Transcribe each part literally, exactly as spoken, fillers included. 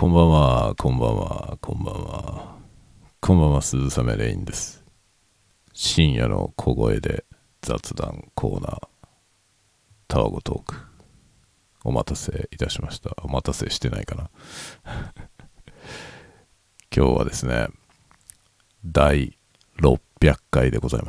こんばんは、こんばんは、こんばんは。こんばんは、鈴雨レインです。深夜の小声で雑談コーナー、タワゴトーク。お待たせいたしました。お待たせしてないかな。今日はですね、だいろっぴゃっかいでございます。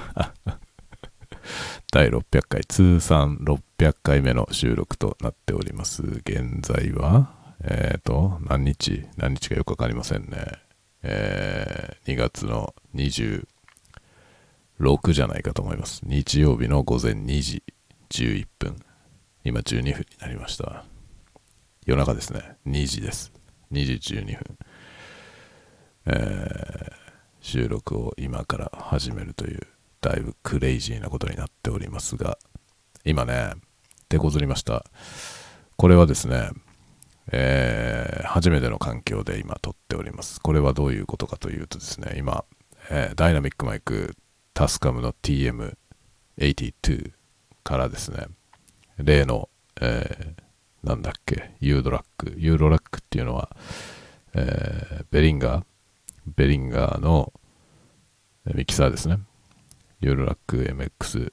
だいろっぴゃっかい、通算ろっぴゃっかいめの収録となっております。現在は、えっ、ー、と、何日何日かよくわかりませんね。えー、にがつのにじゅうろくじゃないかと思います。日曜日の午前にじじゅういっぷん。今じゅうにふんになりました。夜中ですね。にじです。にじじゅうにふん。えー、収録を今から始めるという、だいぶクレイジーなことになっておりますが、今ね、手こずりました。これはですね、えー、初めての環境で今撮っております。これはどういうことかというとですね、今、えー、ダイナミックマイクタスカムの ティーエムはちじゅうに からですね、例の、えー、なんだっけ、ユードラック、ユードラックっていうのは、えー、ベリンガー、ベリンガーのミキサーですね。ユードラック エムエックス、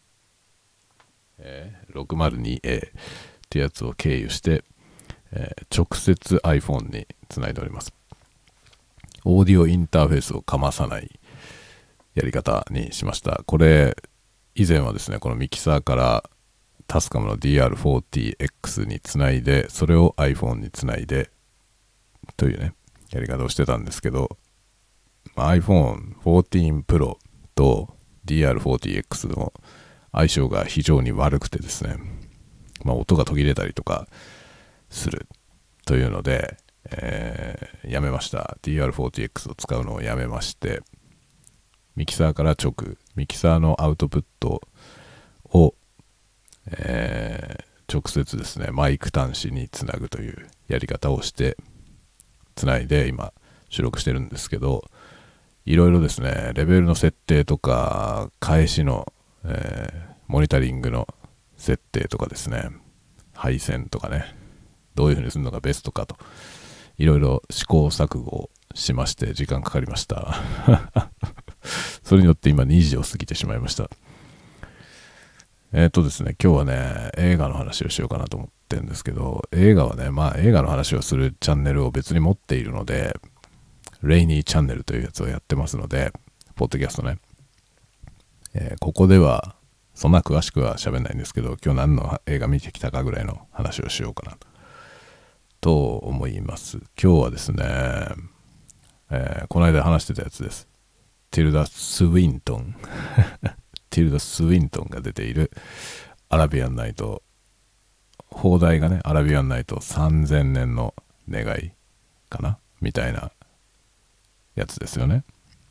えー、ろくまるにエー ってやつを経由して、えー、直接 iPhone につないでおります。オーディオインターフェースをかまさないやり方にしました。これ、以前はですね、このミキサーからタスカムの ディーアールフォーティーエックス につないで、それを iPhone につないで、というね、やり方をしてたんですけど、まあ、アイフォンフォーティーン Pro と ディーアールフォーティーエックス の相性が非常に悪くてですね、まあ、音が途切れたりとかするというので、えー、やめました。 ディーアールフォーティーエックス を使うのをやめまして、ミキサーから直ミキサーのアウトプットを、えー、直接ですねマイク端子につなぐというやり方をしてつないで今収録してるんですけど、いろいろですねレベルの設定とか返しの、えー、モニタリングの設定とかですね、配線とかね、どういう風にするのがベストかといろいろ試行錯誤をしまして時間かかりました。それによって今にじを過ぎてしまいました。えっ、ー、とですね、今日はね、映画の話をしようかなと思ってるんですけど、映画はね、まあ映画の話をするチャンネルを別に持っているので、レイニーチャンネルというやつをやってますので、ポッドキャストね。えー、ここでは、そんな詳しくは喋んないんですけど、今日何の映画見てきたかぐらいの話をしようかなと思います。今日はですね、えー、この間話してたやつです。ティルダ・スウィントン。ティルダ・スウィントンが出ているアラビアンナイト。放題がね、アラビアンナイトさんぜんねんの願いかなみたいなやつですよね。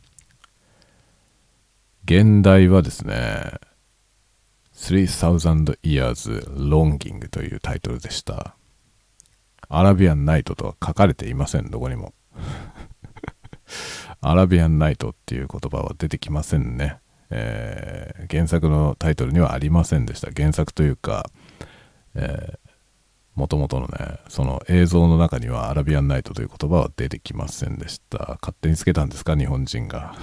現代はですね、さんさん Years Longing というタイトルでした。アラビアンナイトとは書かれていません、どこにも。アラビアンナイトっていう言葉は出てきませんね。えー、原作のタイトルにはありませんでした。原作というか、えー、元々のね、その映像の中にはアラビアンナイトという言葉は出てきませんでした。勝手につけたんですか、日本人が。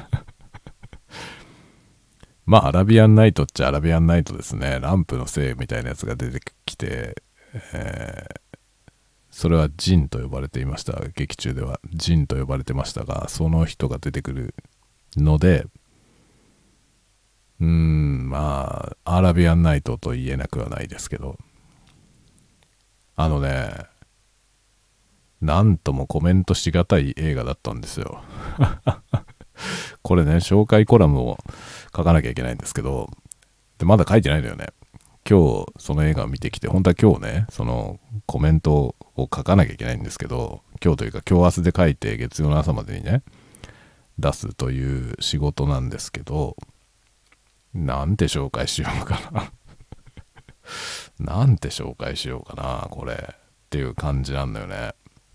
まあ、アラビアンナイトっちゃアラビアンナイトですね。ランプのせいみたいなやつが出てきて、えーそれはジンと呼ばれていました。劇中ではジンと呼ばれてましたが、その人が出てくるので、うーん、まあ、アラビアンナイトと言えなくはないですけど、あのね、なんともコメントしがたい映画だったんですよ。これね、紹介コラムを書かなきゃいけないんですけど、でまだ書いてないのよね。今日その映画を見てきて、本当は今日ね、そのコメントを書かなきゃいけないんですけど、今日というか今日明日で書いて月曜の朝までにね、出すという仕事なんですけど、なんて紹介しようかな。なんて紹介しようかな、これ。っていう感じなんだよね。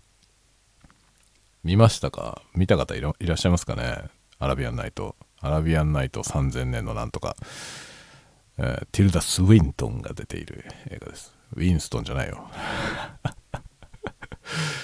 見ましたか？見た方いら、いらっしゃいますかね？アラビアンナイト。アラビアンナイトさんぜんねんのなんとか。えー、ティルダ・スウィントンが出ている映画です。ウィンストンじゃないよ。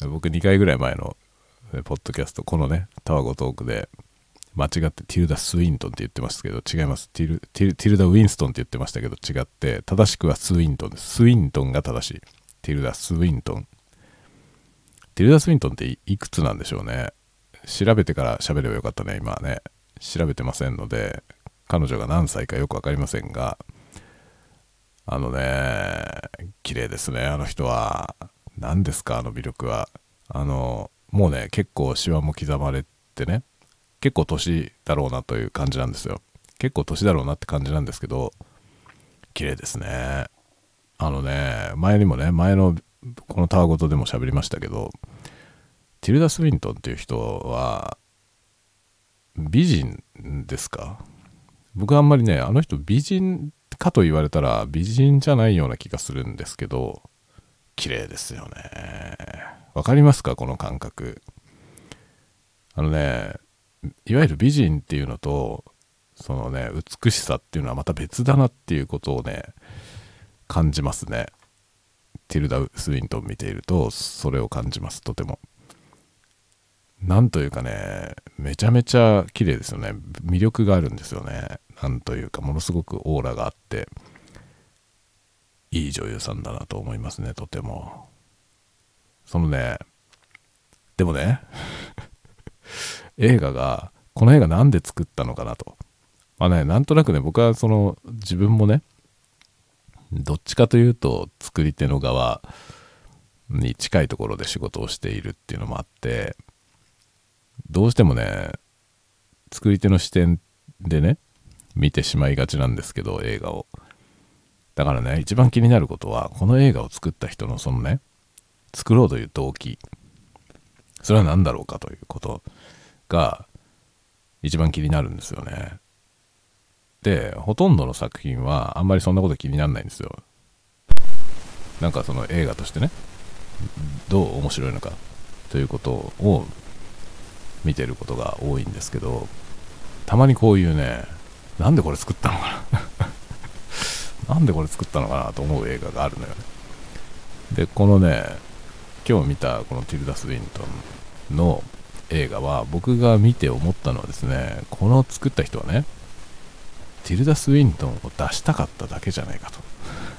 よ。僕にかいぐらい前のポッドキャスト、このねタワゴトークで間違ってティルダ・スウィントンって言ってましたけど違います。ティル、ティル、ティルダ・ウィンストンって言ってましたけど違って、正しくはスウィントンです。スウィントンが正しい。ティルダ・スウィントン。ティルダ・スウィントンって い, いくつなんでしょうね。調べてから喋ればよかったね。今はね調べてませんので彼女が何歳かよく分かりませんが、あのね綺麗ですね。あの人は何ですか、あの魅力は。あのもうね結構シワも刻まれてね、結構年だろうなという感じなんですよ。結構年だろうなって感じなんですけど綺麗ですね。あのね前にもね前のこのタワごとでも喋りましたけど、ティルダ・スウィントンっていう人は美人ですか？僕はあんまりねあの人美人かと言われたら美人じゃないような気がするんですけど綺麗ですよね。わかりますかこの感覚。あのねいわゆる美人っていうのとそのね美しさっていうのはまた別だなっていうことをね感じますね。ティルダ・スウィントン見ているとそれを感じます。とてもなんというかねめちゃめちゃ綺麗ですよね。魅力があるんですよね。なんというかものすごくオーラがあっていい女優さんだなと思いますね。とてもそのねでもね映画がこの映画なんで作ったのかなと、まあねなんとなくね僕はその自分もねどっちかというと作り手の側に近いところで仕事をしているっていうのもあってどうしてもね作り手の視点でね見てしまいがちなんですけど映画を。だからね一番気になることはこの映画を作った人のそのね作ろうという動機、それは何だろうかということが一番気になるんですよね。でほとんどの作品はあんまりそんなこと気にならないんですよ。なんかその映画としてねどう面白いのかということを見てることが多いんですけど、たまにこういうねなんでこれ作ったのかななんでこれ作ったのかなと思う映画があるのよね。でこのね今日見たこのティルダ・スウィントンの映画は僕が見て思ったのはですね、この作った人はねティルダ・スウィントンを出したかっただけじゃないかと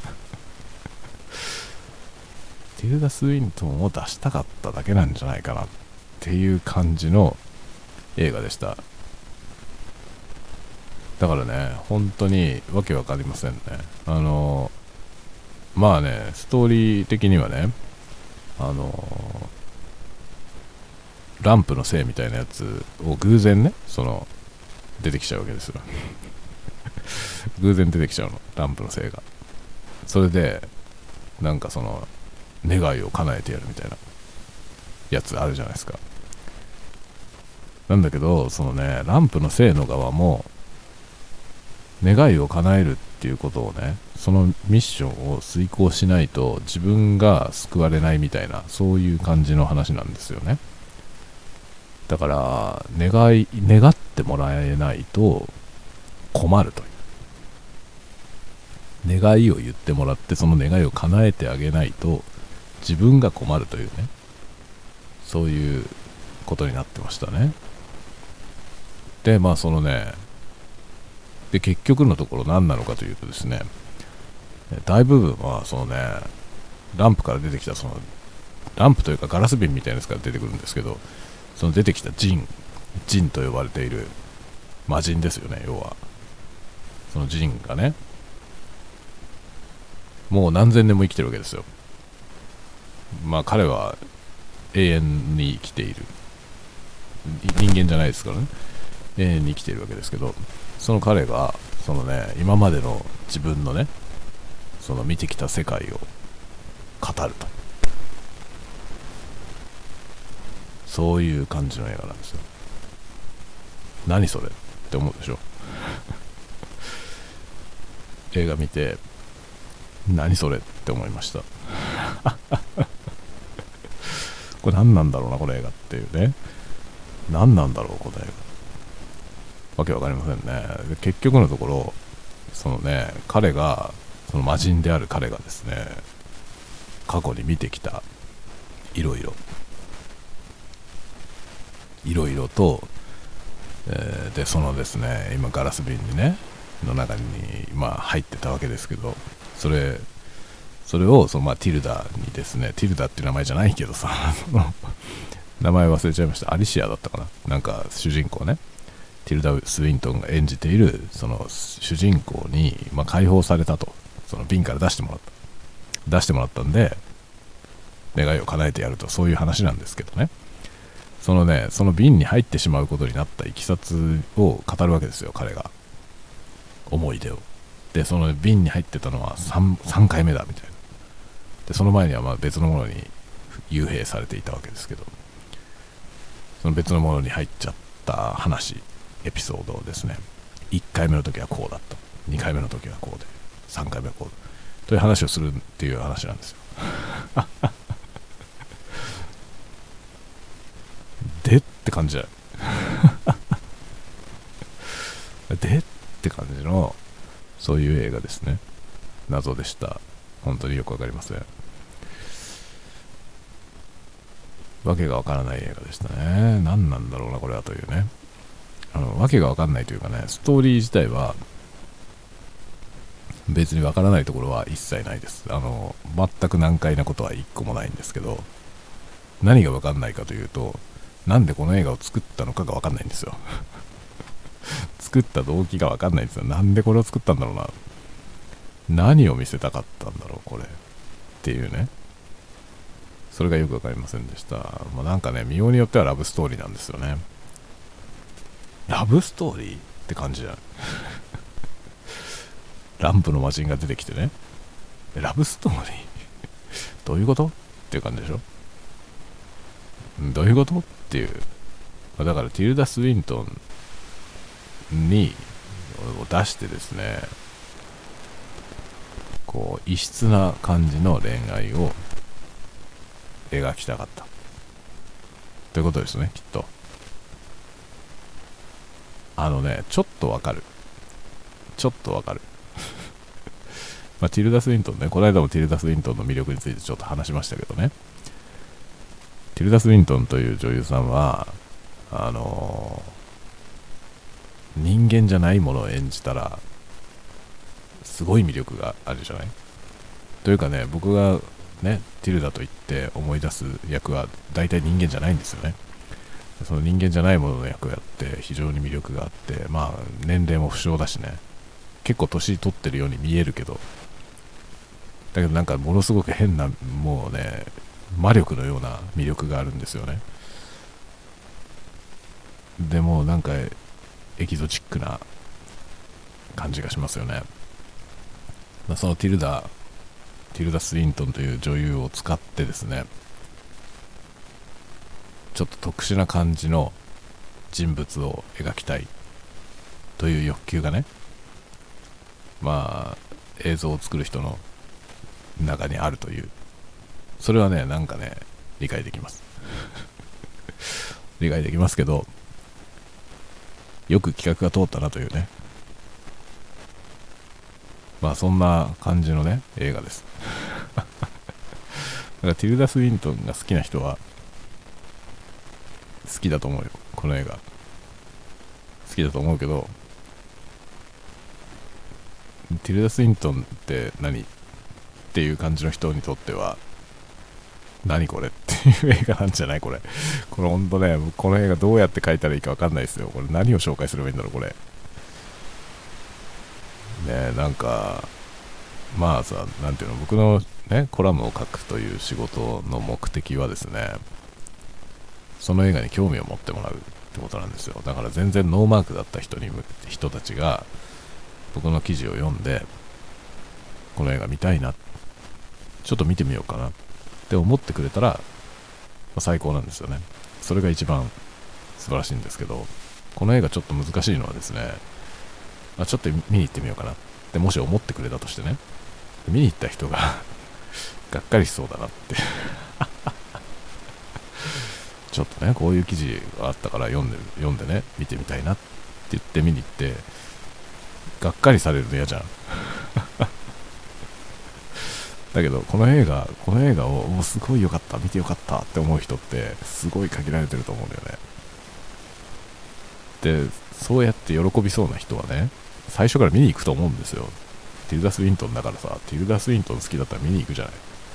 ティルダ・スウィントンを出したかっただけなんじゃないかなっていう感じの映画でした。だからね本当にわけわかりませんね。あのまあねストーリー的にはねあのランプのせいみたいなやつを偶然ねその出てきちゃうわけですよ偶然出てきちゃうのランプのせいが。それでなんかその願いを叶えてやるみたいなやつあるじゃないですか。なんだけどそのねランプのせいの側も願いを叶えるっていうことをねそのミッションを遂行しないと自分が救われないみたいなそういう感じの話なんですよね。だから願い願ってもらえないと困るという願いを言ってもらってその願いを叶えてあげないと自分が困るというねそういうことになってましたね。でまあそのねで結局のところ何なのかというとですね大部分はそのねランプから出てきたそのランプというかガラス瓶みたいなやつから出てくるんですけどその出てきたジンジンと呼ばれている魔人ですよね。要はそのジンがねもう何千年も生きてるわけですよ。まあ彼は永遠に生きている人間じゃないですからね永遠に生きているわけですけどその彼がそのね今までの自分のねその見てきた世界を語るとそういう感じの映画なんですよ。何それって思うでしょ映画見て何それって思いましたこれ何なんだろうなこの映画っていうね何なんだろうこの映画わけわかりませんね。で結局のところそのね彼がその魔人である彼がですね過去に見てきたいろいろいろいろと、えーでそのですね今ガラス瓶にねの中にまあ入ってたわけですけど、それそれをその、まあ、ティルダにですね、ティルダっていう名前じゃないけどさその名前忘れちゃいました。アリシアだったかな、なんか主人公ね、ティルダ・スウィントンが演じているその主人公に、まあ、解放されたと、その瓶から出してもらった出してもらったんで願いを叶えてやると、そういう話なんですけどね。そのねその瓶に入ってしまうことになったいきさつを語るわけですよ、彼が。思い出を。でその瓶に入ってたのは 3, さんかいめだみたいな。でその前にはまあ別のものに幽閉されていたわけですけど、その別のものに入っちゃった話、エピソードをですね、いっかいめの時はこうだった、にかいめの時はこうで、さんかいめはこうだという話をするっていう話なんですよでって感じじゃないでって感じの、そういう映画ですね。謎でした。本当によくわかりません。わけがわからない映画でしたね。何なんだろうなこれはというね。あのわけがわかんないというかね、ストーリー自体は別にわからないところは一切ないです。あの全く難解なことは一個もないんですけど、何がわかんないかというと、なんでこの映画を作ったのかがわかんないんですよ作った動機がわかんないんですよ。なんでこれを作ったんだろうな、何を見せたかったんだろうこれっていうね、それがよくわかりませんでした。まあ、なんかね、見ようによってはラブストーリーなんですよね。ラブストーリーって感じじゃんランプの魔人が出てきてね、ラブストーリーどういうことっていう感じでしょ。どういうことっていう。だからティルダ・スウィントンにを出してですね、こう異質な感じの恋愛を描きたかったということですね、きっと。あのね、ちょっとわかるちょっとわかるまあ、ティルダ・スウィントンね、この間もティルダ・スウィントンの魅力についてちょっと話しましたけどね、ティルダ・スウィントンという女優さんはあのー、人間じゃないものを演じたらすごい魅力があるじゃない。というかね、僕がねティルダと言って思い出す役は大体人間じゃないんですよね。その人間じゃないものの役をやって非常に魅力があって、まあ年齢も不詳だしね、結構年取ってるように見えるけど、だけどなんかものすごく変な、もうね魔力のような魅力があるんですよね。でもなんかエキゾチックな感じがしますよね。まあ、そのティルダティルダ・スウィントンという女優を使ってですね、ちょっと特殊な感じの人物を描きたいという欲求がね、まあ映像を作る人の中にあるという、それはねなんかね理解できます理解できますけど、よく企画が通ったなというね、まあそんな感じのね映画ですだからティルダ・スウィントンが好きな人は好きだと思うよ、この映画好きだと思うけど、ティルダ・スウィントンって何っていう感じの人にとっては何これっていう映画なんじゃない。これこれほんとね、この映画どうやって書いたらいいか分かんないですよ。これ何を紹介すればいいんだろうこれね。なんかまあさ、なんていうの、僕のねコラムを書くという仕事の目的はですね、その映画に興味を持ってもらうってことなんですよ。だから全然ノーマークだった人に人たちが僕の記事を読んで、この映画見たいな、ちょっと見てみようかなって思ってくれたら、まあ、最高なんですよね。それが一番素晴らしいんですけど、この映画ちょっと難しいのはですね、まあ、ちょっと見に行ってみようかなってもし思ってくれたとしてね、見に行った人ががっかりしそうだなってちょっとねこういう記事があったから読んで読んでね見てみたいなって言って見に行ってがっかりされるの嫌じゃんだけどこの映画この映画をもうすごい良かった、見て良かったって思う人ってすごい限られてると思うんだよね。 でそうやって喜びそうな人はね、最初から見に行くと思うんですよ。ティルダ・スウィントンだからさ、ティルダ・スウィントン好きだったら見に行くじゃない。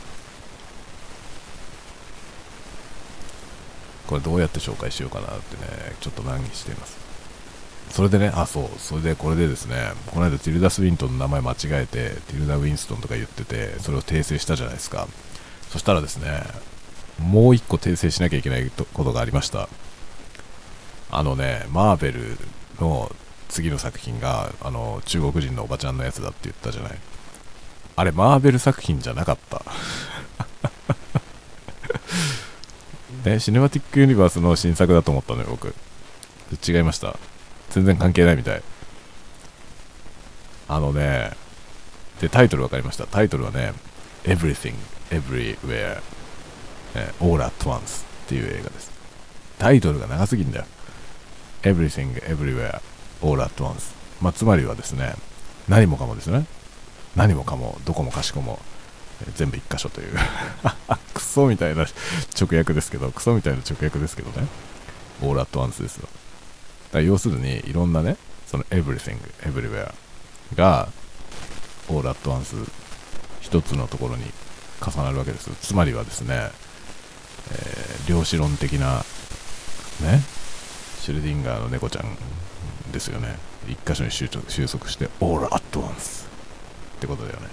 これどうやって紹介しようかなってね、ちょっと難儀しています。それでね、あ、そう、それでこれでですね、この間ティルダ・スウィントンの名前間違えて、ティルダ・ウィンストンとか言ってて、それを訂正したじゃないですか。そしたらですね、もう一個訂正しなきゃいけないことがありました。あのね、マーベルの次の作品が、あの、中国人のおばちゃんのやつだって言ったじゃない。あれ、マーベル作品じゃなかった。ね、シネマティックユニバースの新作だと思ったのよ、僕。違いました。全然関係ないみたい。あのね、で、タイトル分かりました。タイトルはね、Everything, Everywhere, All at Once っていう映画です。タイトルが長すぎんだよ。Everything, Everywhere, All at Once。まあ、つまりはですね、何もかもですね。何もかも、どこもかしこも、全部一箇所という。クソみたいな直訳ですけど、クソみたいな直訳ですけどね。All at Once ですよ。だ要するに、いろんなね、その Everything, Everywhere が All at Once 一つのところに重なるわけです。つまりはですね、えー、量子論的なね、シュレディンガーの猫ちゃんですよね。一箇所に収束して All at Once ってことだよね。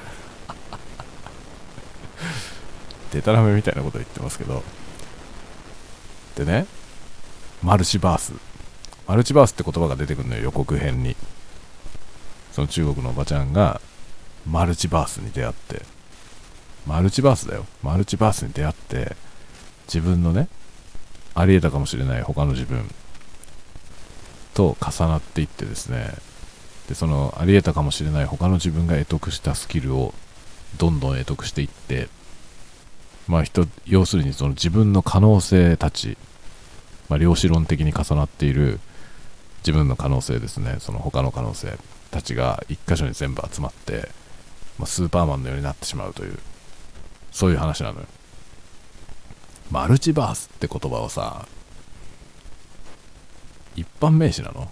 デタラメみたいなこと言ってますけど、でね、マルチバースマルチバースって言葉が出てくるのよ、予告編に。その中国のおばちゃんがマルチバースに出会って、マルチバースだよ、マルチバースに出会って、自分のね、あり得たかもしれない他の自分と重なっていってですね、でそのあり得たかもしれない他の自分が得得したスキルをどんどん得得していって、まあ人要するにその自分の可能性たち、まあ、量子論的に重なっている自分の可能性ですね、その他の可能性たちが一箇所に全部集まって、まあ、スーパーマンのようになってしまうという、そういう話なのよ。マルチバースって言葉をさ、一般名詞なの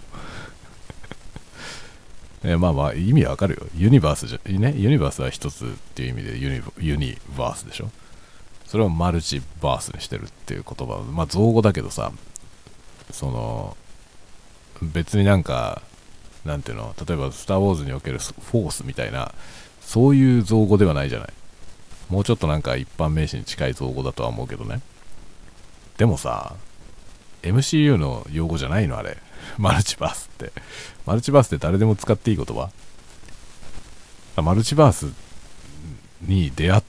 えまあまあ意味わかるよ。ユニバースじゃね、ユニバースは一つっていう意味でユニユニバースでしょ。それをマルチバースにしてるっていう言葉、まあ造語だけどさ、その別になんかなんていうの、例えばスターウォーズにおけるフォースみたいなそういう造語ではないじゃない。もうちょっとなんか一般名詞に近い造語だとは思うけどね。でもさ、 エムシーユー の用語じゃないのあれ。マルチバースってマルチバースって誰でも使っていい言葉。マルチバースに出会って、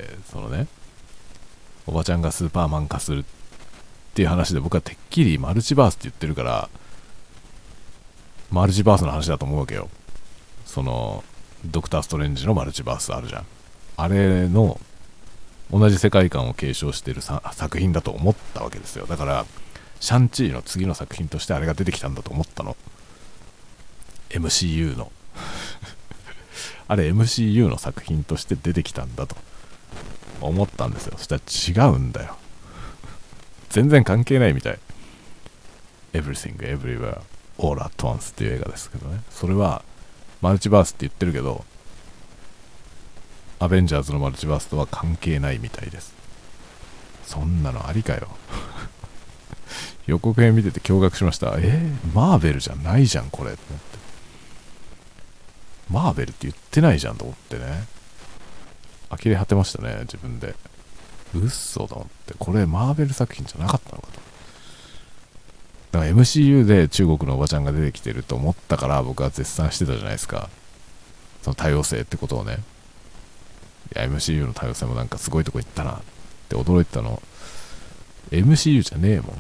そのね、おばちゃんがスーパーマン化するっていう話で、僕はてっきりマルチバースって言ってるからマルチバースの話だと思うわけよ。そのドクターストレンジのマルチバースあるじゃん。あれの同じ世界観を継承している作品だと思ったわけですよ。だからシャンチーの次の作品としてあれが出てきたんだと思ったの。 エムシーユー のあれ エムシーユー の作品として出てきたんだと思ったんですよ。そしたら違うんだよ。全然関係ないみたい。 Everything Everywhere All at Once っていう映画ですけどね。それはマルチバースって言ってるけど、アベンジャーズのマルチバースとは関係ないみたいです。そんなのありかよ。予告編見てて驚愕しました。えー、マーベルじゃないじゃんこれって思って、マーベルって言ってないじゃんと思ってね、呆れ果てましたね自分で。うっそと思って、これマーベル作品じゃなかったのかと。だから エムシーユー で中国のおばちゃんが出てきてると思ったから僕は絶賛してたじゃないですか、その多様性ってことをね。いや エムシーユー の多様性もなんかすごいとこ行ったなって驚いてたの エムシーユー じゃねえもん。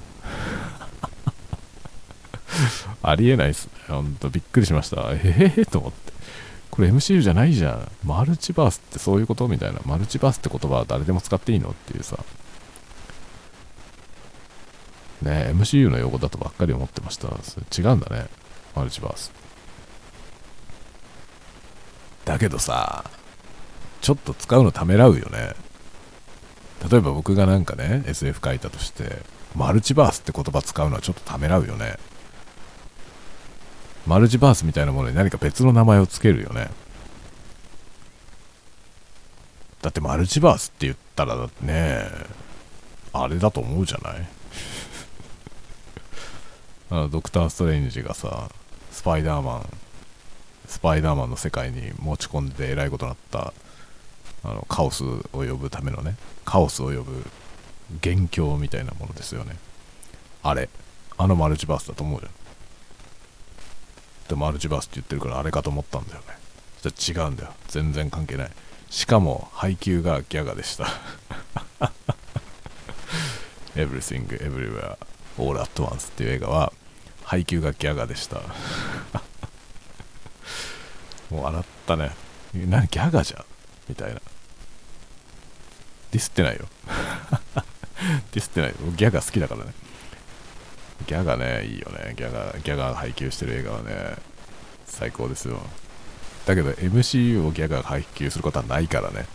ありえないっすね、ほんとびっくりしました。ええー、と思って、これ エムシーユー じゃないじゃん、マルチバースってそういうことみたいな。マルチバースって言葉は誰でも使っていいのっていうさね、 エムシーユー の用語だとばっかり思ってました。違うんだね、マルチバース。だけどさ、ちょっと使うのためらうよね。例えば僕がなんかね エスエフ 書いたとして、マルチバースって言葉使うのはちょっとためらうよね。 マルチバースみたいなものに何か別の名前をつけるよね。だってマルチバースって言ったらね、あれだと思うじゃないあのドクター・ストレンジがさ、スパイダーマンスパイダーマンの世界に持ち込んでえらいことになったあのカオスを呼ぶためのね、カオスを呼ぶ元凶みたいなものですよね。あれあのマルチバースだと思うじゃん。でマルチバースって言ってるからあれかと思ったんだよね。じゃ違うんだよ、全然関係ない。しかも配給がギャガでしたEverything Everywhere All at Once っていう映画は配給がギャガでしたもう笑ったね。何ギャガじゃんみたいな。ディスってないよディスってないよ。ギャガ好きだからね。ギャガね、いいよね。ギャガギャガが配給してる映画はね、最高ですよ。だけど エムシーユー をギャガが配給することはないからね。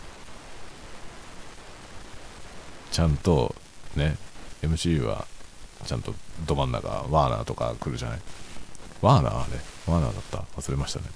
ちゃんとね、 エムシーユー はちゃんとど真ん中ワーナーとか来るじゃない。ワーナーあれワーナーだった、忘れましたね。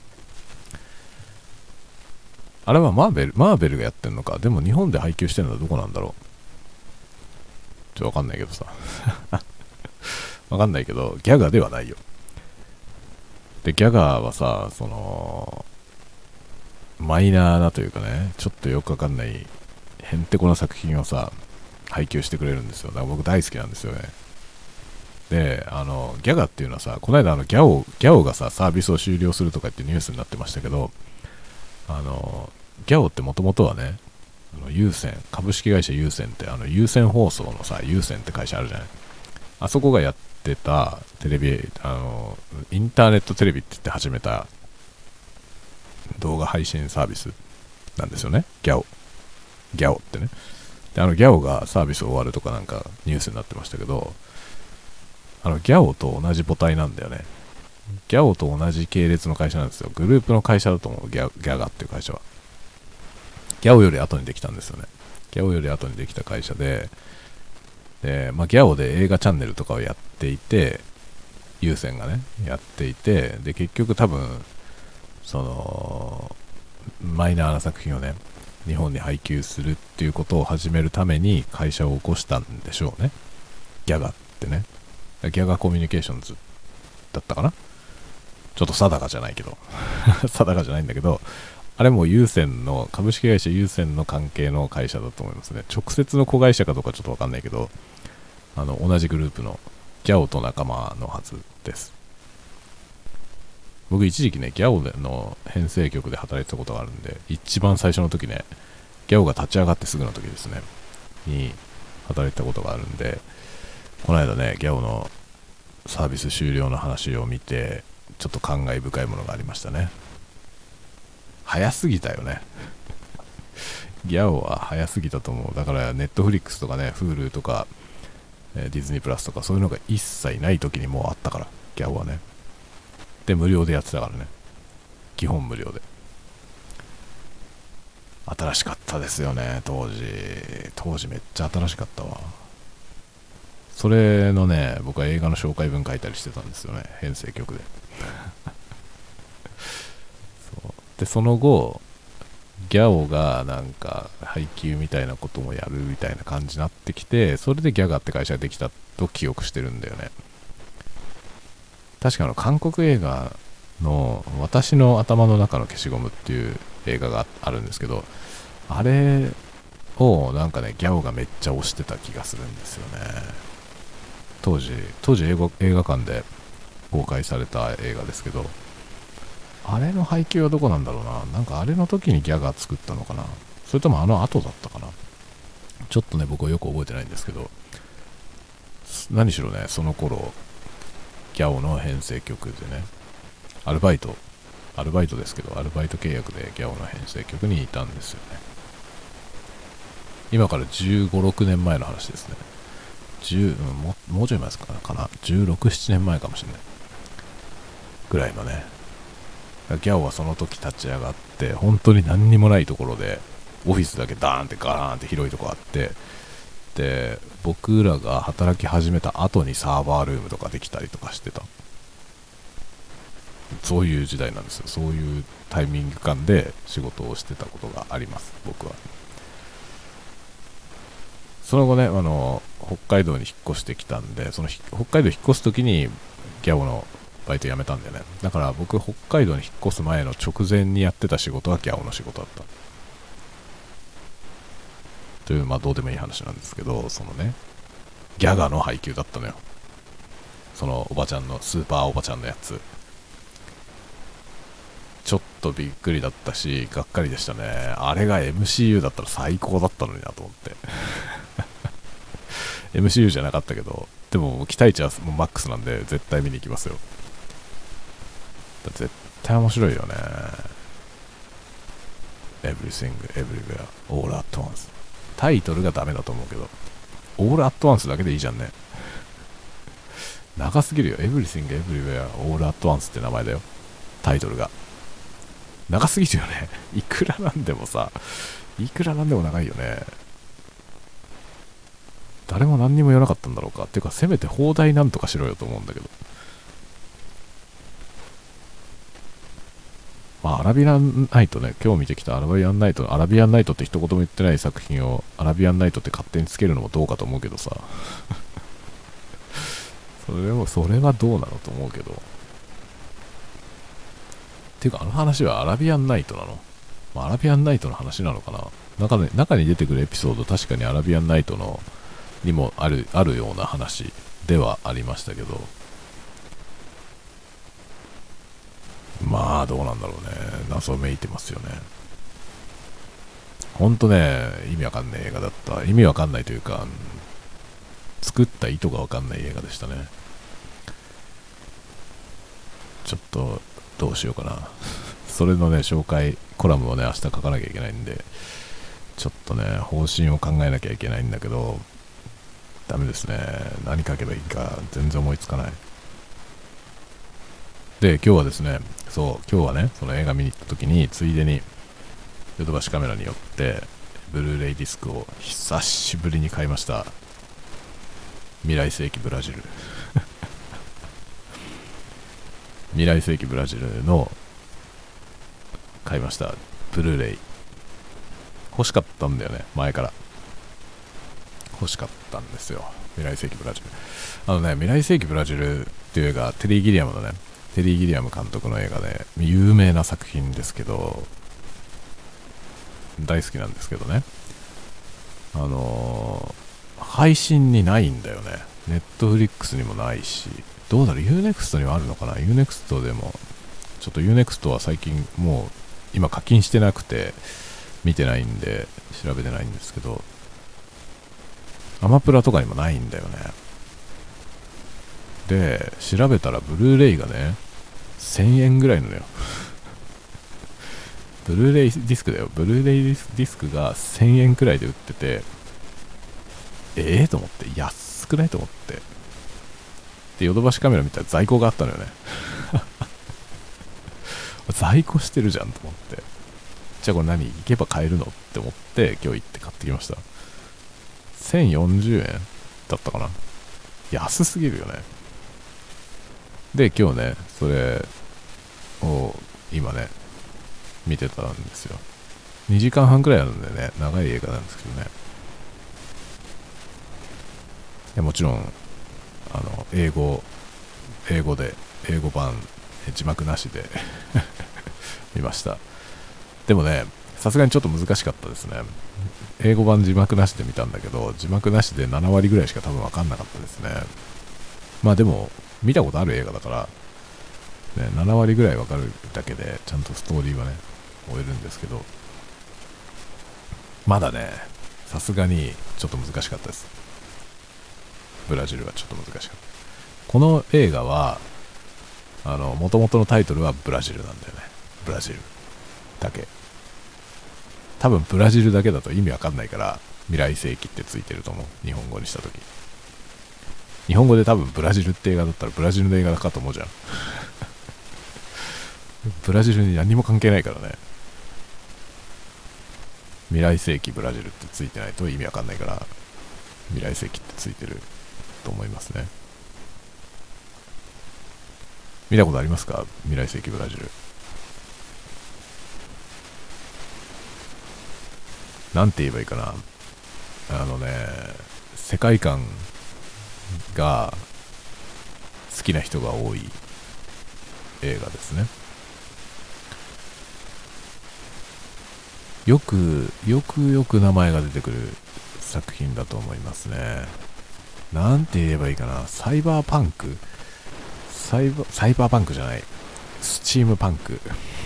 あれはマーベルマーベルがやってんのか。でも日本で配給してるのはどこなんだろう。ちょっとわかんないけどさわかんないけどギャガではないよ。でギャガーはさ、そのマイナーなというかね、ちょっとよくわかんないへんてこな作品をさ配給してくれるんですよ。だから僕大好きなんですよね。で、あのギャガっていうのはさ、この間あのギャオギャオがさサービスを終了するとかってニュースになってましたけど、あのギャオってもともとはね、あの有線株式会社有線ってあの有線放送のさ、有線って会社あるじゃない。あそこがやってたテレビ、あのインターネットテレビって言って始めた動画配信サービスなんですよね。ギャオギャオってね。であのギャオがサービス終わるとかなんかニュースになってましたけど、あのギャオと同じ母体なんだよね。ギャオと同じ系列の会社なんですよ。グループの会社だと思う。ギャ、ギャガっていう会社はギャオより後にできたんですよね。ギャオより後にできた会社で、で、まあ、ギャオで映画チャンネルとかをやっていて、有線がねやっていて、で結局多分そのマイナーな作品をね日本に配給するっていうことを始めるために会社を起こしたんでしょうね。ギャガってね、ギャガコミュニケーションズだったかな。ちょっと定かじゃないけど定かじゃないんだけど、あれも有線の株式会社有線の関係の会社だと思いますね。直接の子会社かどうかちょっと分かんないけど、あの同じグループのギャオと仲間のはずです。僕一時期ねギャオの編成局で働いてたことがあるんで、一番最初の時ね、ギャオが立ち上がってすぐの時ですねに働いてたことがあるんで、この間ねギャオのサービス終了の話を見てちょっと感慨深いものがありましたね。早すぎたよねギャオは早すぎたと思う。だからネットフリックスとかね Hulu とかディズニープラスとかそういうのが一切ない時にもうあったから、ギャオはね。で無料でやってたからね、基本無料で。新しかったですよね当時。当時めっちゃ新しかったわ。それのね、僕は映画の紹介文書いたりしてたんですよね、編成局でそうでその後ギャオがなんか配給みたいなこともやるみたいな感じになってきて、それでギャガって会社ができたと記憶してるんだよね。確かあの韓国映画の私の頭の中の消しゴムっていう映画があるんですけど、あれをなんかねギャオがめっちゃ推してた気がするんですよね。当時当時映画、映画館で公開された映画ですけど、あれの背景はどこなんだろうな。なんかあれの時にギャガ作ったのかな、それともあの後だったかな。ちょっとね僕はよく覚えてないんですけど、何しろねその頃ギャオの編成局でねアルバイトアルバイトですけどアルバイト契約でギャオの編成局にいたんですよね。今からじゅうご、ろくねんまえの話ですね。じゅう、うん、も, もうちょい前ですかな、じゅうろく、ななねんまえかもしれないぐらいのね。ギャオはその時立ち上がって本当に何にもないところでオフィスだけダーンってガラーンって広いとこあって、で僕らが働き始めた後にサーバールームとかできたりとかしてた。 そういう時代なんですよ。そういうタイミング感で仕事をしてたことがあります、僕は。その後ね、あの北海道に引っ越してきたんで、その北海道引っ越す時にギャオのバイト辞めたんだよね。だから僕、北海道に引っ越す前の直前にやってた仕事はギャオの仕事だったという、まあどうでもいい話なんですけど、そのね、ギャガの配給だったのよ。そのおばちゃんの、スーパーおばちゃんのやつ。ちょっとびっくりだったし、がっかりでしたね。あれが エムシーユー だったら最高だったのになと思って。エムシーユー じゃなかったけど、でも期待値はもうマックスなんで絶対見に行きますよ。絶対面白いよね。Everything, Everywhere, All at Once。タイトルがダメだと思うけど、All at Once だけでいいじゃんね。長すぎるよ。Everything, Everywhere, All at Once って名前だよ。タイトルが。長すぎるよね。いくらなんでもさ、いくらなんでも長いよね。誰も何にも言わなかったんだろうか。っていうか、せめて放題なんとかしろよと思うんだけど。まあ、アラビアンナイトね、今日見てきたアラビアンナイト、アラビアンナイトって一言も言ってない作品をアラビアンナイトって勝手につけるのもどうかと思うけどさ。それも、それはどうなのと思うけど。っていうか、あの話はアラビアンナイトなの？まあ、アラビアンナイトの話なのかな。中で、中に出てくるエピソード、確かにアラビアンナイトのにもある、あるような話ではありましたけど、まあどうなんだろうね。謎めいてますよね。ほんとね、意味わかんない映画だった。意味わかんないというか、作った意図がわかんない映画でしたね。ちょっとどうしようかな。それのね、紹介コラムをね、明日書かなきゃいけないんで、ちょっとね、方針を考えなきゃいけないんだけど、ダメですね。何書けばいいか全然思いつかない。で、今日はですね、そう、今日はね、その映画見に行った時に、ついでに、ヨドバシカメラによって、ブルーレイディスクを久しぶりに買いました。未来世紀ブラジル。未来世紀ブラジルの、買いました。ブルーレイ。欲しかったんだよね、前から。欲しかったんですよ。未来世紀ブラジル。あのね、未来世紀ブラジルっていう映画、テリー・ギリアムのね、テリー・ギリアム監督の映画で、有名な作品ですけど、大好きなんですけどね。あのー、配信にないんだよね。ネットフリックスにもないし、どうだろう、ユーネクストにはあるのかな。ユーネクストでも、ちょっとユーネクストは最近もう、今課金してなくて、見てないんで、調べてないんですけど、アマプラとかにもないんだよね。で、調べたらブルーレイがね、せんえんぐらいなのよ。ブルーレイディスクだよ。ブルーレイディスクがせんえんくらいで売ってて、ええー、と思って、安くないと思って。で、ヨドバシカメラ見たら在庫があったのよね。在庫してるじゃんと思って。じゃあこれ何行けば買えるのって思って、今日行って買ってきました。せんよんじゅうえんだったかな。安すぎるよね。で、今日ね、それを今ね、見てたんですよ。にじかんはんくらいなんでね、長い映画なんですけどね。いやもちろん、あの、英語、英語で、英語版、字幕なしで見ました。でもね、さすがにちょっと難しかったですね。英語版字幕なしで見たんだけど、字幕なしでななわりぐらいしか多分分かんなかったですね。まあでも、見たことある映画だから、ね、ななわりぐらい分かるだけで、ちゃんとストーリーはね、終えるんですけど、まだね、さすがにちょっと難しかったです。ブラジルはちょっと難しかった。この映画は、あの、元々のタイトルはブラジルなんだよね。ブラジルだけ。多分ブラジルだけだと意味わかんないから、未来世紀ってついてると思う。日本語にしたとき。日本語で多分ブラジルって映画だったらブラジルの映画かと思うじゃん。ブラジルに何も関係ないからね。未来世紀ブラジルってついてないと意味わかんないから、未来世紀ってついてると思いますね。 見たことありますか？未来世紀ブラジル。なんて言えばいいかな。あのね、世界観が好きな人が多い映画ですね。よくよくよく名前が出てくる作品だと思いますね。なんて言えばいいかな。サイバーパンクサイバーサイバーパンクじゃない、スチームパンク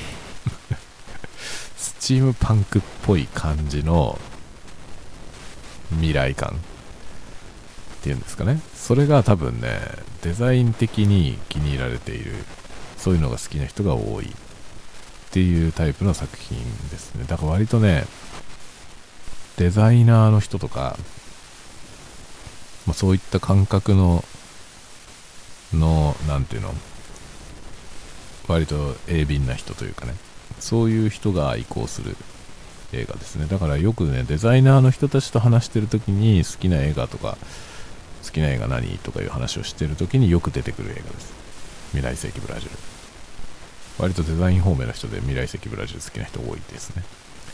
スチームパンクっぽい感じの未来感っていうんですかね。それが多分ね、デザイン的に気に入られている、そういうのが好きな人が多いっていうタイプの作品ですね。だから割とね、デザイナーの人とか、まあ、そういった感覚ののなんていうの、割と鋭敏な人というかね、そういう人が移行する映画ですね。だからよくね、デザイナーの人たちと話してるときに、好きな映画とか好きな映画何とかいう話をしてるときによく出てくる映画です。未来世紀ブラジル。割とデザイン方面の人で未来世紀ブラジル好きな人多いですね。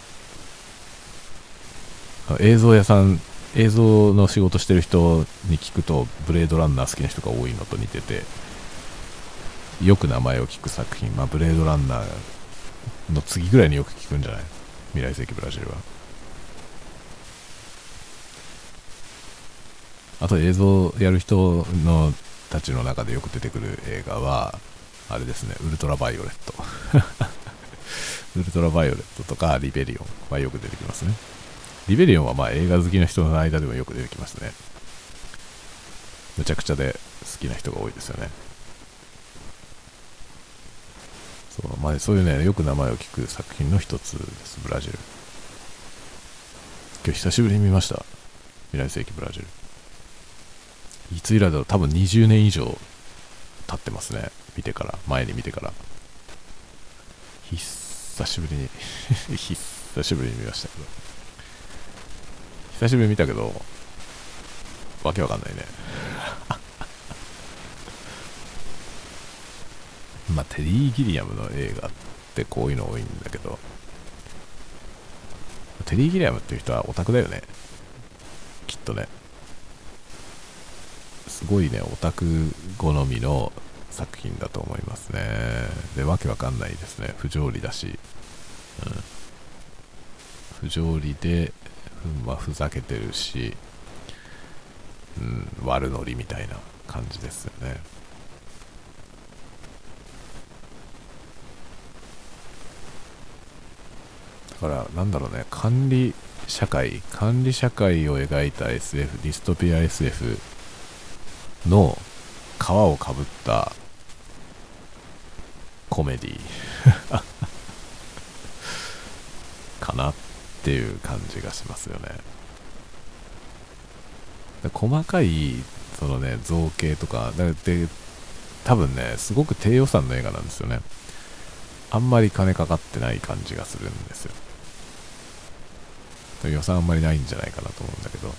映像屋さん、映像の仕事してる人に聞くと、ブレードランナー好きな人が多いのと似てて、よく名前を聞く作品、まあブレードランナーの次ぐらいによく聞くんじゃない？未来世紀ブラジルは。あと映像やる人のたちの中でよく出てくる映画はあれですね、ウルトラバイオレットウルトラバイオレットとかリベリオンはよく出てきますね。リベリオンはまあ映画好きな人の間でもよく出てきますね。むちゃくちゃで好きな人が多いですよね。そう、まあ、そういうね、よく名前を聞く作品の一つです、ブラジル。今日久しぶりに見ました、未来世紀ブラジル。いつ以来だろう、多分にじゅうねん以上経ってますね、見てから、前に見てから。久しぶりに久しぶりに見ましたけど、久しぶりに見たけど、わけわかんないねまあテリー・ギリアムの映画ってこういうの多いんだけど、テリー・ギリアムっていう人はオタクだよね、きっとね。すごいね、オタク好みの作品だと思いますね。で、わけわかんないですね。不条理だし、うん、不条理で、まあ、ふざけてるし、うん、悪ノリみたいな感じですよね。だからなんだろうね、管理社会管理社会を描いた エスエフ、ディストピア エスエフ の皮をかぶったコメディかなっていう感じがしますよね。で細かいそのね造形とかだって多分ね、すごく低予算の映画なんですよね。あんまり金かかってない感じがするんですよ。予算あんまりないんじゃないかなと思うんだけど、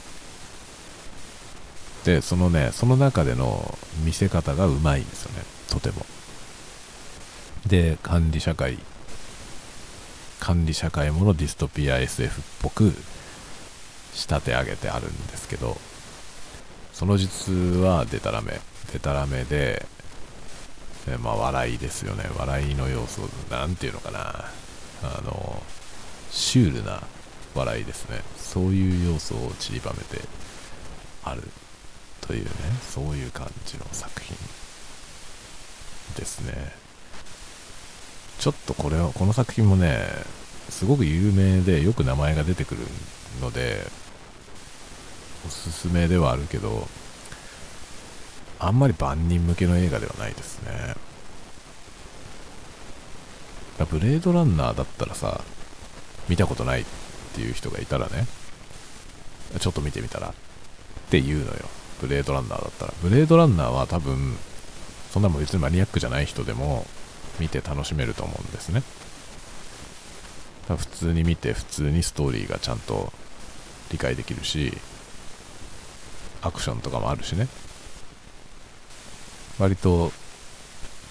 でそのねその中での見せ方がうまいんですよね、とても。で管理社会管理社会ものディストピア エスエフ っぽく仕立て上げてあるんですけど、その実はデタラメデタラメで、えまあ笑いですよね。笑いの要素、なんていうのかな、あのシュールな笑いですね。そういう要素を散りばめてあるというね、そういう感じの作品ですね。ちょっとこれはこの作品もね、すごく有名でよく名前が出てくるのでおすすめではあるけど、あんまり万人向けの映画ではないですね。ブレードランナーだったらさ、見たことないっていう人がいたらね、ちょっと見てみたらって言うのよ。ブレードランナーだったら。ブレードランナーは多分そんなもん別にマニアックじゃない人でも見て楽しめると思うんですね。多分普通に見て普通にストーリーがちゃんと理解できるし、アクションとかもあるしね、割と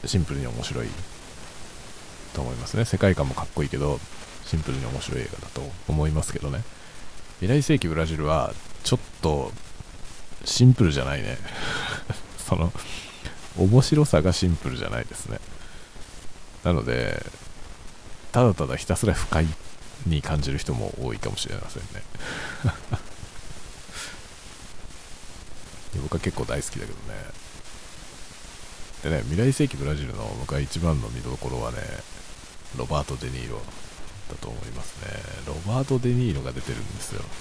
シンプルに面白いと思いますね。世界観もかっこいいけどシンプルに面白い映画だと思いますけどね。未来世紀ブラジルはちょっとシンプルじゃないねその面白さがシンプルじゃないですね。なのでただただひたすら不快に感じる人も多いかもしれませんね僕は結構大好きだけどね。でね、未来世紀ブラジルの僕は一番の見どころはね、ロバート・デ・ニーロだと思いますね。ロバート・デ・ニーロが出てるんですよ。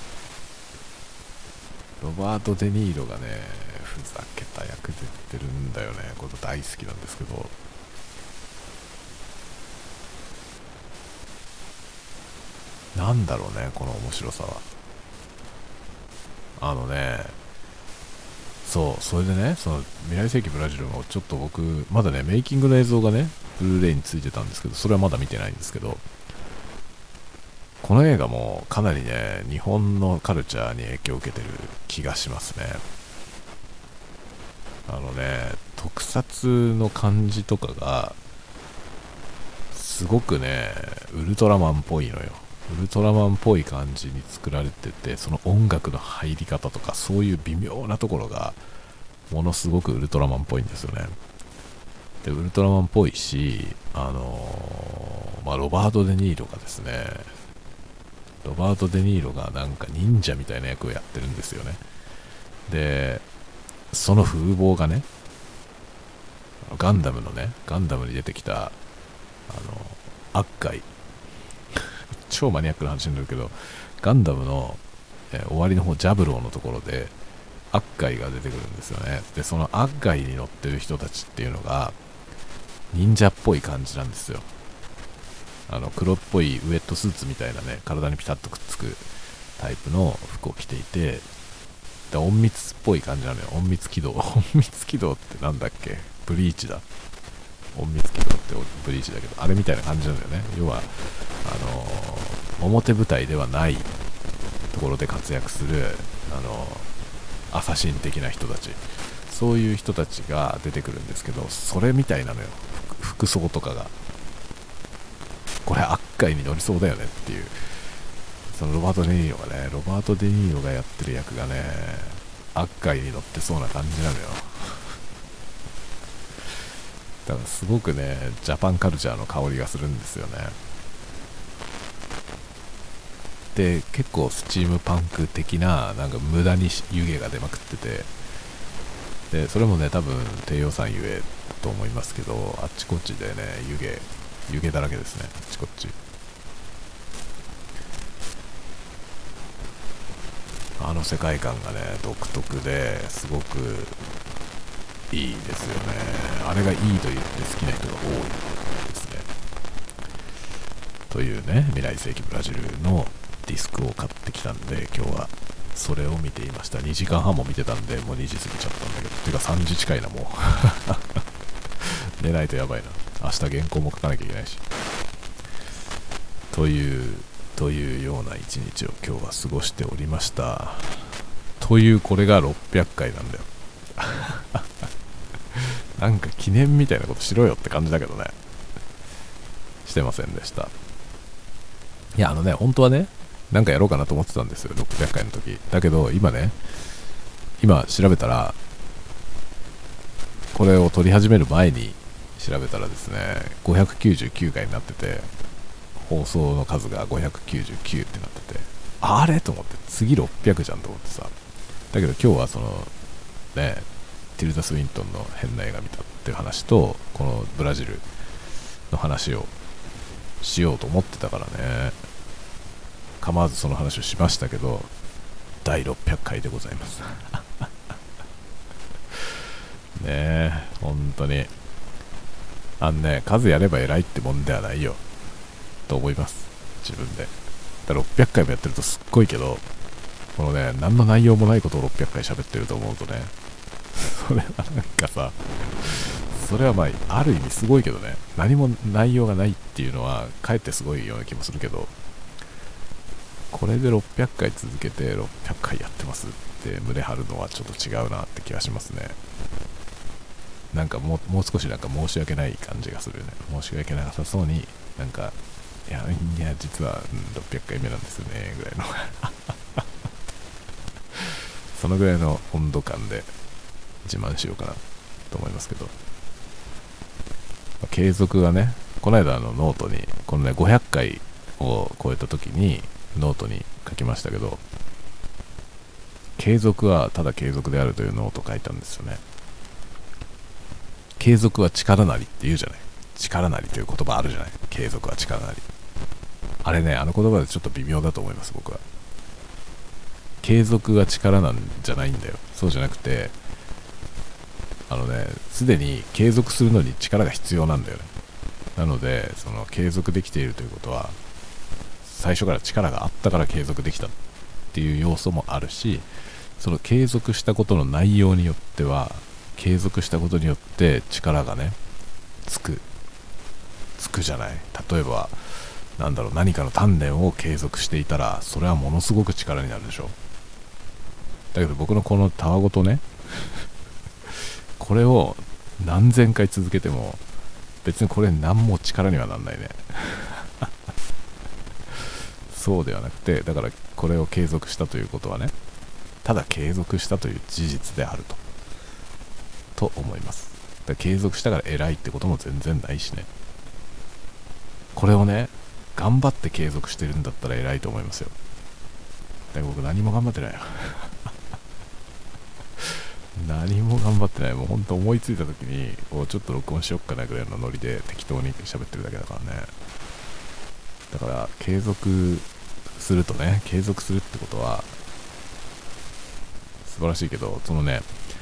ロバート・デ・ニーロがね、ふざけた役で出てるんだよね。これ大好きなんですけど、なんだろうね、この面白さは。あのね、そう、それでね、その未来世紀ブラジルもちょっと僕、まだね、メイキングの映像がね、ブルーレイについてたんですけど、それはまだ見てないんですけど、この映画もかなりね、日本のカルチャーに影響を受けてる気がしますね。あのね、特撮の感じとかが、すごくね、ウルトラマンっぽいのよ。ウルトラマンっぽい感じに作られてて、その音楽の入り方とか、そういう微妙なところが、ものすごくウルトラマンっぽいんですよね。で、ウルトラマンっぽいし、あのー、まあ、ロバート・デ・ニーロがですね、ロバート・デ・ニーロがなんか忍者みたいな役をやってるんですよね。で、その風貌がね、ガンダムのね、ガンダムに出てきた、あの、アッカイ、超マニアックな話になるけど、ガンダムの、えー終わりの方、ジャブローのところで、アッカイが出てくるんですよね。で、そのアッカイに乗ってる人たちっていうのが、忍者っぽい感じなんですよ。あの黒っぽいウエットスーツみたいなね、体にピタッとくっつくタイプの服を着ていて、で隠密っぽい感じなのよ。隠密機動隠密機動ってなんだっけ、ブリーチだ。隠密機動ってブリーチだけど、あれみたいな感じなんだよね。要はあのー表舞台ではないところで活躍する、あのーアサシン的な人たち、そういう人たちが出てくるんですけど、それみたいなのよ、服装とかが。これ悪界に乗りそうだよねっていう、そのロバート・デ・ニーロがね、ロバート・デ・ニーロがやってる役がね、悪界に乗ってそうな感じなのよ。だからすごくね、ジャパンカルチャーの香りがするんですよね。で、結構スチームパンク的な、なんか無駄に湯気が出まくってて、で、それもね、多分低予算ゆえだと思いますけど、あっちこっちでね、湯気、湯気だらけですね、あっちこっち。あの世界観がね、独特ですごくいいですよね。あれがいいと言って好きな人が多いですね。というね、未来世紀ブラジルのディスクを買ってきたんで、今日はそれを見ていました。にじかんはんも見てたんで、もうにじ過ぎちゃったんだけど、てかさんじ近いな、もう。寝ないとやばいな。明日原稿も書かなきゃいけないし。という、というような一日を今日は過ごしておりました。という、これがろっぴゃっかいなんだよ。なんか記念みたいなことしろよって感じだけどね。してませんでした。いや、あのね、本当はね、なんかやろうかなと思ってたんですよ、ろっぴゃっかいの時。だけど、今ね、今調べたら、これを撮り始める前に調べたらですね、ごひゃくきゅうじゅうきゅうかいになってて、放送の数がごひゃくきゅうじゅうきゅうってなってて、あれと思って、次ろっぴゃくじゃんと思ってさ。だけど今日はその、ね、ティルダ・スウィントンの変な映画見たっていう話と、このブラジルの話をしようと思ってたからね、構わずその話をしましたけど、だいろっぴゃっかいでございます。ねえ、本当に。あんね、数やれば偉いってもんではないよ、と思います、自分で。だろっぴゃっかいもやってるとすっごいけど、このね、何の内容もないことをろっぴゃっかい喋ってると思うとね、それはなんかさ、それはまあ、ある意味すごいけどね、何も内容がないっていうのは、かえってすごいような気もするけど、これでろっぴゃっかい続けてろっぴゃっかいやってますって胸張るのはちょっと違うなって気がしますね。 なんかもう、もう少しなんか申し訳ない感じがするよね。申し訳なさそうに、なんか、いや、いや、実は、うん、ろっぴゃっかいめなんですよね、ぐらいの。そのぐらいの温度感で自慢しようかなと思いますけど。まあ、継続はね、この間あのノートに、このね、ごひゃっかいを超えた時にノートに書きましたけど、継続はただ継続であるというノート書いたんですよね。継続は力なりって言うじゃない。力なりという言葉あるじゃない。継続は力なり。あれね、あの言葉でちょっと微妙だと思います、僕は。継続は力なんじゃないんだよ。そうじゃなくて、あのね、すでに継続するのに力が必要なんだよね。なので、その継続できているということは、最初から力があったから継続できたっていう要素もあるし、その継続したことの内容によっては、継続したことによって力がね、つく。つくじゃない。例えば、なんだろう、何かの鍛錬を継続していたら、それはものすごく力になるでしょ。だけど僕のこのたわごとね、これを何千回続けても、別にこれ何も力にはなんないね。そうではなくて、だからこれを継続したということはね、ただ継続したという事実であると。と思います。だから継続したから偉いってことも全然ないしね。これをね、頑張って継続してるんだったら偉いと思いますよ。だから僕何も頑張ってないよ。何も頑張ってない。もうほんと思いついた時に、おちょっと録音しよっかなぐらいのノリで適当に喋ってるだけだからね。だから継続するとね、継続するってことは素晴らしいけど、そのね、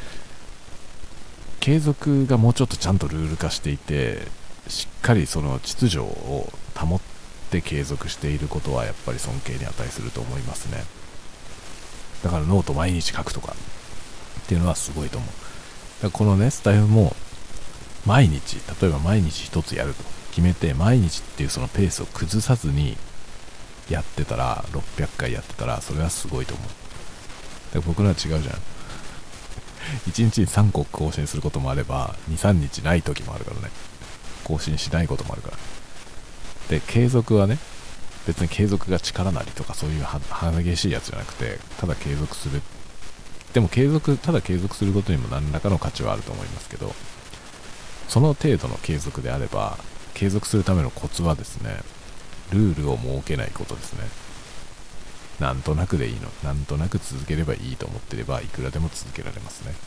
継続がもうちょっとちゃんとルール化していて、しっかりその秩序を保って継続していることはやっぱり尊敬に値すると思いますね。だからノート毎日書くとかっていうのはすごいと思う。だからこのね、スタイルも毎日、例えば毎日一つやると決めて、毎日っていうそのペースを崩さずにやってたら、ろっぴゃっかいやってたら、それはすごいと思う。だから僕のは違うじゃん。いちにちにさんこ更新することもあれば、に、さんにちない時もあるからね。更新しないこともあるから。で、継続はね、別に継続が力なりとかそういう激しいやつじゃなくて、ただ継続する。でも継続、ただ継続することにも何らかの価値はあると思いますけど、その程度の継続であれば、継続するためのコツはですね、ルールを設けないことですね。なんとなくでいいの。なんとなく続ければいいと思ってれば、いくらでも続けられますね。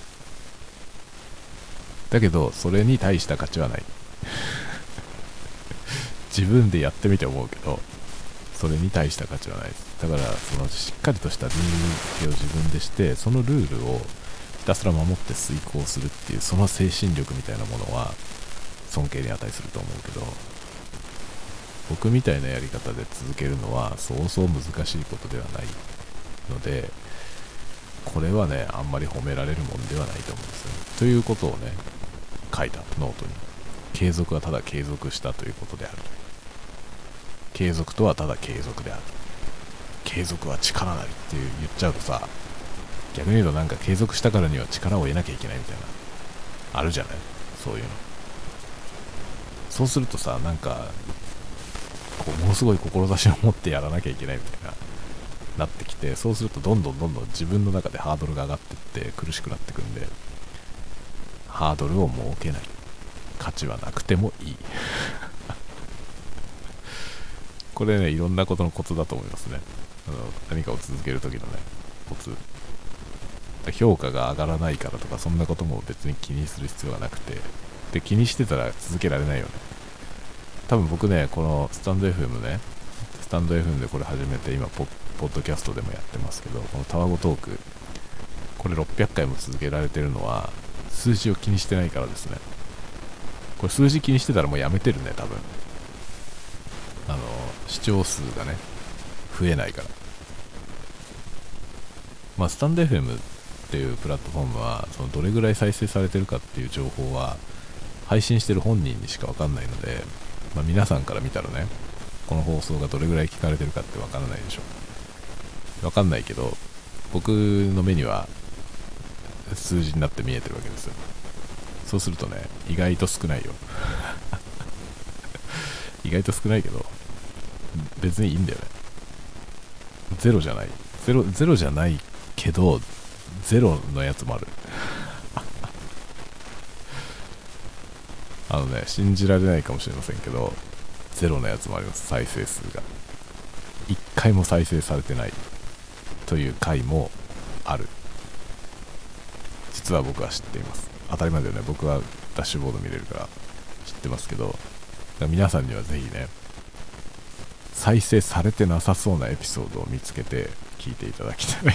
だけど、それに大した価値はない。自分でやってみて思うけど、それに大した価値はないです。だから、そのしっかりとしたルール付けを自分でして、そのルールをひたすら守って遂行するっていう、その精神力みたいなものは尊敬に値すると思うけど、僕みたいなやり方で続けるのはそうそう難しいことではないので、これはね、あんまり褒められるもんではないと思うんですよね。ということをね、書いたノートに。継続はただ継続したということである。継続とはただ継続である。継続は力なりっていう言っちゃうとさ、逆に言うとなんか継続したからには力を得なきゃいけないみたいな、あるじゃない、そういうの。そうするとさ、なんかこうものすごい志を持ってやらなきゃいけないみたいななってきて、そうするとどんどんどんどん自分の中でハードルが上がっていって苦しくなってくんで、ハードルを設けない。価値はなくてもいい。これね、いろんなことのコツだと思いますね。あの何かを続けるときのね、コツ。評価が上がらないからとか、そんなことも別に気にする必要がなくて、で気にしてたら続けられないよね。多分僕ね、このスタンド エフエム ね、スタンド エフエム でこれ始めて、今ポ、ポッドキャストでもやってますけど、このタワゴトーク、これろっぴゃっかいも続けられてるのは、数字を気にしてないからですね。これ数字気にしてたらもうやめてるね、多分。あの、視聴数がね、増えないから。まあ、スタンド エフエム っていうプラットフォームは、そのどれぐらい再生されてるかっていう情報は、配信してる本人にしかわかんないので、まあ、皆さんから見たらね、この放送がどれぐらい聞かれてるかってわからないでしょ。わかんないけど、僕の目には数字になって見えてるわけですよ。 そうするとね、意外と少ないよ。意外と少ないけど、別にいいんだよね。ゼロじゃない。ゼロ、ゼロじゃないけど、ゼロのやつもある。あのね、信じられないかもしれませんけど、ゼロのやつもあります。再生数が。一回も再生されてないという回もある。実は僕は知っています。当たり前だよね。僕はダッシュボード見れるから知ってますけど、だから皆さんにはぜひね、再生されてなさそうなエピソードを見つけて聞いていただきたい。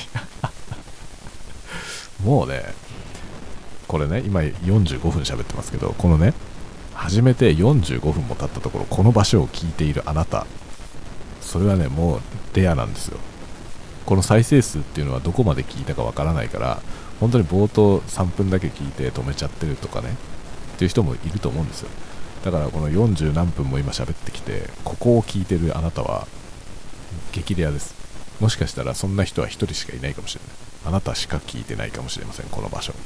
もうね、これね、今よんじゅうごふん喋ってますけど、このね、始めてよんじゅうごふんも経ったところ、この場所を聞いているあなた、それはね、もうレアなんですよ。この再生数っていうのはどこまで聞いたかわからないから、本当に冒頭さんぷんだけ聞いて止めちゃってるとかね、っていう人もいると思うんですよ。だからこのよんじゅう何分も今喋ってきて、ここを聞いてるあなたは激レアです。もしかしたらそんな人は一人しかいないかもしれない。あなたしか聞いてないかもしれません、この場所。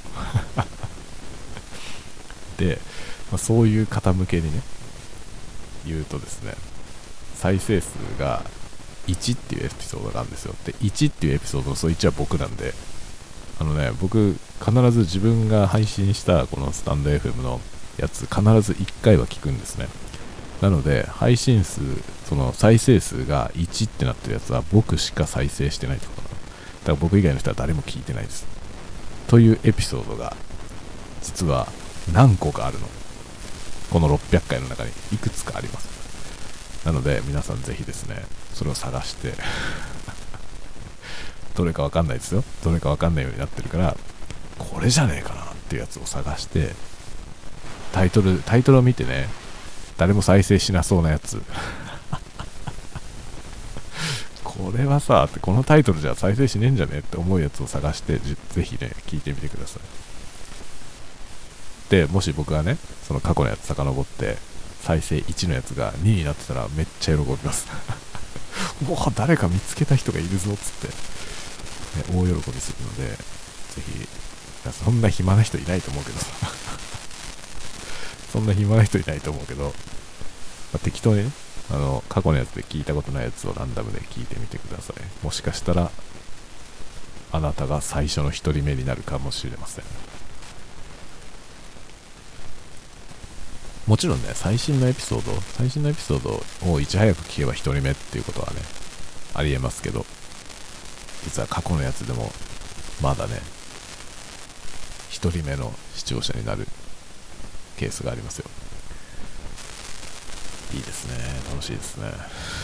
で、まあ、そういう方向けにね、言うとですね、再生数がいちっていうエピソードがあるんですよ。で、いちっていうエピソードのそのいちは僕なんで、あのね、僕、必ず自分が配信したこのスタンド エフエム のやつ、必ずいっかいは聞くんですね。なので、配信数、その再生数がいちってなってるやつは僕しか再生してないってことなの。だから僕以外の人は誰も聞いてないです。というエピソードが、実は何個かあるの。このろっぴゃっかいの中にいくつかあります。なので、皆さんぜひですね、それを探して、どれかわかんないですよ。どれかわかんないようになってるから、これじゃねえかなっていうやつを探して、タイトル、タイトルを見てね、誰も再生しなそうなやつ。これはさ、このタイトルじゃ再生しねえんじゃねえって思うやつを探して、ぜひね、聞いてみてください。で、もし僕がね、その過去のやつ遡って、再生いちのやつがにになってたらめっちゃ喜びます。うわ、誰か見つけた人がいるぞっつって、ね、大喜びするので、ぜひ、そんな暇な人いないと思うけどさ。そんな暇な人いないと思うけど、まあ、適当にね、あの、過去のやつで聞いたことないやつをランダムで聞いてみてください。もしかしたら、あなたが最初の一人目になるかもしれません。もちろんね、最新のエピソード、最新のエピソードをいち早く聞けば一人目っていうことはね、ありえますけど、実は過去のやつでも、まだね、一人目の視聴者になるケースがありますよ。いいですね、楽しいですね。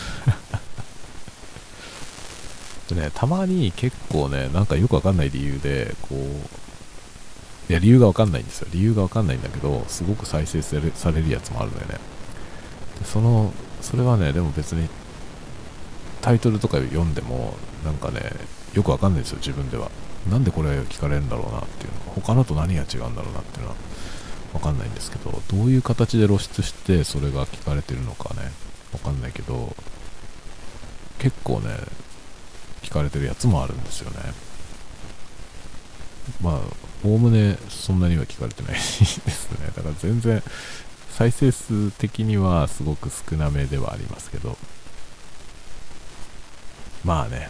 でね、たまに結構ね、なんかよくわかんない理由で、こう、いや、理由がわかんないんですよ。理由がわかんないんだけど、すごく再生される、されるやつもあるのよね。で、その、それはね、でも別に、タイトルとか読んでも、なんかね、よくわかんないですよ、自分では。なんでこれ聞かれるんだろうなっていうの。他のと何が違うんだろうなっていうのは、わかんないんですけど、どういう形で露出して、それが聞かれてるのかね、わかんないけど、結構ね、聞かれてるやつもあるんですよね。まあ、おおむねそんなには聞かれてないですね。だから全然再生数的にはすごく少なめではありますけど、まあね、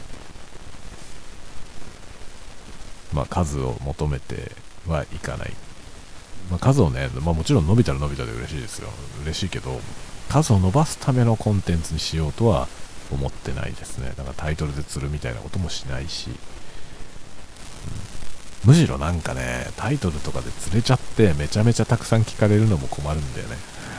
まあ数を求めてはいかない。まあ、数をね、まあ、もちろん伸びたら伸びたで嬉しいですよ。嬉しいけど、数を伸ばすためのコンテンツにしようとは思ってないですね。だからタイトルで釣るみたいなこともしないし、むしろなんかね、タイトルとかで釣れちゃってめちゃめちゃたくさん聞かれるのも困るんだよね。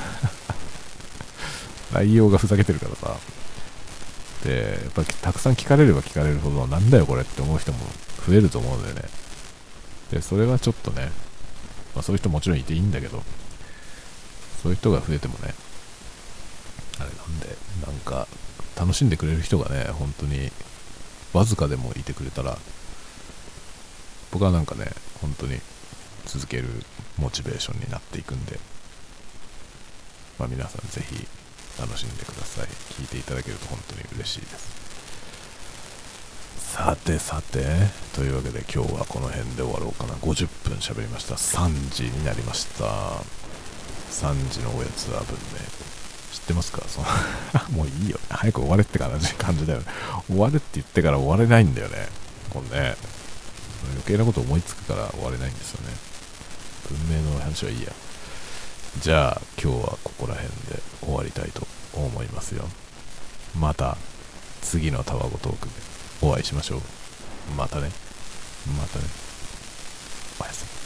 内容がふざけてるからさ。で、やっぱりたくさん聞かれれば聞かれるほど、なんだよこれって思う人も増えると思うんだよね。で、それはちょっとね、まあそういう人もちろんいていいんだけど、そういう人が増えてもね、あれなんで、なんか楽しんでくれる人がね、本当にわずかでもいてくれたら、僕はなんかね、本当に続けるモチベーションになっていくんで、まあ皆さんぜひ楽しんでください。聞いていただけると本当に嬉しいです。 さてさて、というわけで今日はこの辺で終わろうかな。ごじゅっぷん喋りました。さんじになりました。さんじのおやつは文明。知ってますか？そのもういいよ。早く終われって感じだよね。終わるって言ってから終われないんだよね。これね。余計なこと思いつくから終われないんですよね。文明の話はいいや。じゃあ今日はここら辺で終わりたいと思いますよ。また次のタワゴトークでお会いしましょう。またね。またね。おやすみ。